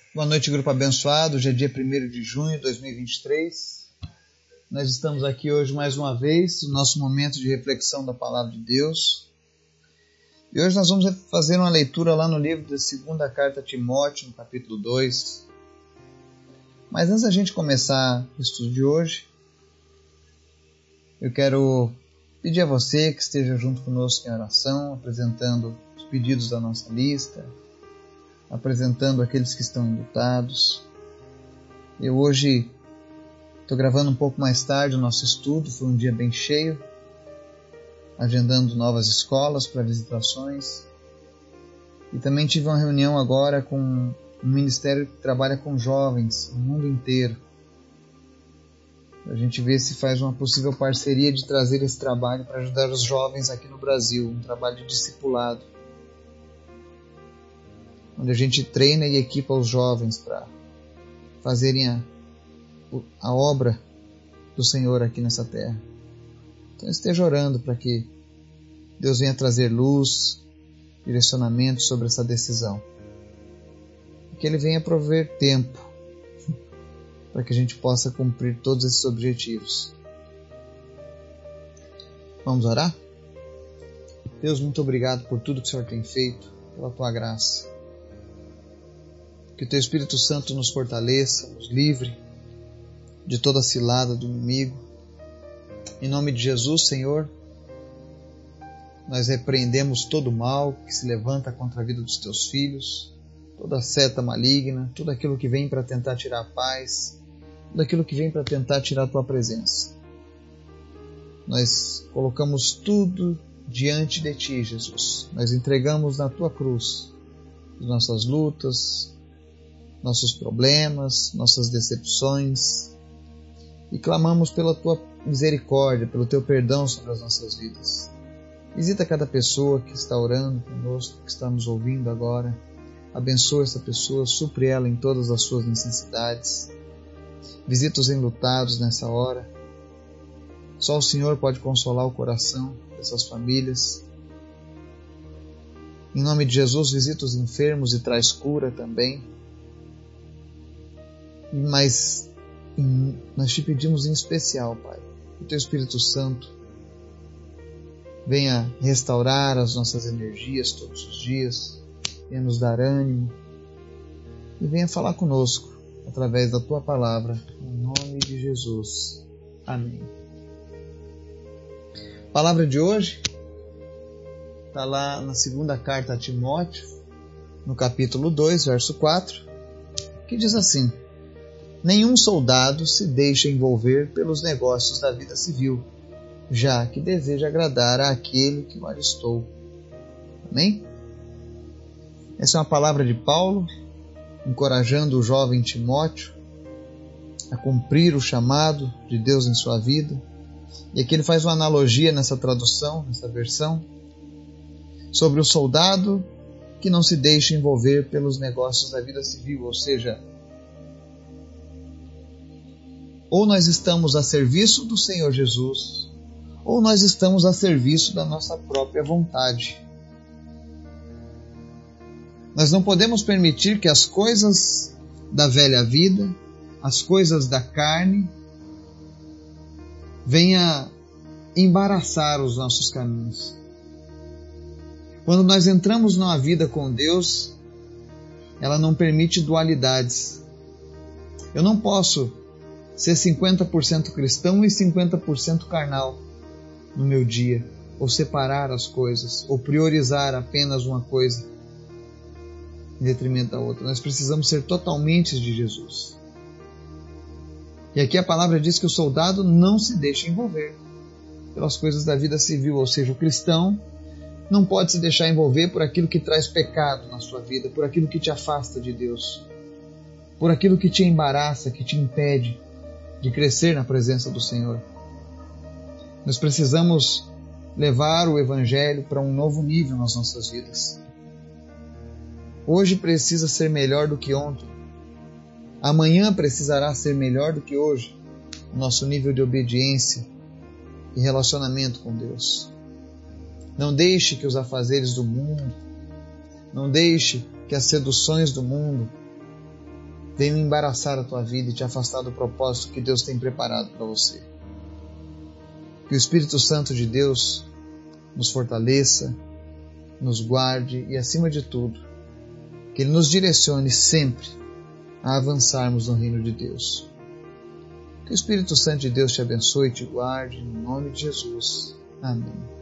Boa noite, grupo abençoado. Hoje é dia 1º de junho de 2023. Nós estamos aqui hoje mais uma vez no nosso momento de reflexão da Palavra de Deus. E hoje nós vamos fazer uma leitura lá no livro da segunda carta a Timóteo, no capítulo 2. Mas antes da gente começar o estudo de hoje, eu quero pedir a você que esteja junto conosco em oração, apresentando os pedidos da nossa lista, apresentando aqueles que estão enlutados. Eu hoje estou gravando um pouco mais tarde o nosso estudo, foi um dia bem cheio, agendando novas escolas para visitações. E também tive uma reunião agora com um ministério que trabalha com jovens no mundo inteiro. A gente vê se faz uma possível parceria de trazer esse trabalho para ajudar os jovens aqui no Brasil, um trabalho de discipulado, onde a gente treina e equipa os jovens para fazerem a obra do Senhor aqui nessa terra. Então esteja orando para que Deus venha trazer luz, direcionamento sobre essa decisão. E que Ele venha prover tempo para que a gente possa cumprir todos esses objetivos. Vamos orar? Deus, muito obrigado por tudo que o Senhor tem feito, pela Tua graça. Que o Teu Espírito Santo nos fortaleça, nos livre de toda a cilada do inimigo. Em nome de Jesus, Senhor, nós repreendemos todo o mal que se levanta contra a vida dos Teus filhos, toda seta maligna, tudo aquilo que vem para tentar tirar a paz, tudo aquilo que vem para tentar tirar a Tua presença. Nós colocamos tudo diante de Ti, Jesus. Nós entregamos na Tua cruz as nossas lutas, nossos problemas, nossas decepções, e clamamos pela Tua misericórdia, pelo Teu perdão sobre as nossas vidas. Visita cada pessoa que está orando conosco, que está nos ouvindo agora. Abençoa essa pessoa, supre ela em todas as suas necessidades. Visita os enlutados nessa hora. Só o Senhor pode consolar o coração dessas famílias. Em nome de Jesus, visita os enfermos e traz cura também. Mas nós te pedimos em especial, Pai, que o Teu Espírito Santo venha restaurar as nossas energias todos os dias, venha nos dar ânimo e venha falar conosco através da Tua palavra, em nome de Jesus. Amém. A palavra de hoje está lá na segunda carta a Timóteo, no capítulo 2, verso 4, que diz assim: nenhum soldado se deixa envolver pelos negócios da vida civil, já que deseja agradar àquele que o alistou. Amém? Essa é uma palavra de Paulo, encorajando o jovem Timóteo a cumprir o chamado de Deus em sua vida. E aqui ele faz uma analogia nessa tradução, nessa versão, sobre o soldado que não se deixa envolver pelos negócios da vida civil, ou seja, ou nós estamos a serviço do Senhor Jesus, ou nós estamos a serviço da nossa própria vontade. Nós não podemos permitir que as coisas da velha vida, as coisas da carne, venha embaraçar os nossos caminhos. Quando nós entramos numa vida com Deus, ela não permite dualidades. Eu não posso ser 50% cristão e 50% carnal no meu dia, ou separar as coisas, ou priorizar apenas uma coisa em detrimento da outra. Nós precisamos ser totalmente de Jesus. E aqui a palavra diz que o soldado não se deixa envolver pelas coisas da vida civil, ou seja, o cristão não pode se deixar envolver por aquilo que traz pecado na sua vida, por aquilo que te afasta de Deus, por aquilo que te embaraça, que te impede de crescer na presença do Senhor. Nós precisamos levar o Evangelho para um novo nível nas nossas vidas. Hoje precisa ser melhor do que ontem. Amanhã precisará ser melhor do que hoje. O nosso nível de obediência e relacionamento com Deus. Não deixe que os afazeres do mundo, não deixe que as seduções do mundo venham embaraçar a tua vida e te afastar do propósito que Deus tem preparado para você. Que o Espírito Santo de Deus nos fortaleça, nos guarde e, acima de tudo, que Ele nos direcione sempre a avançarmos no reino de Deus. Que o Espírito Santo de Deus te abençoe e te guarde, em nome de Jesus. Amém.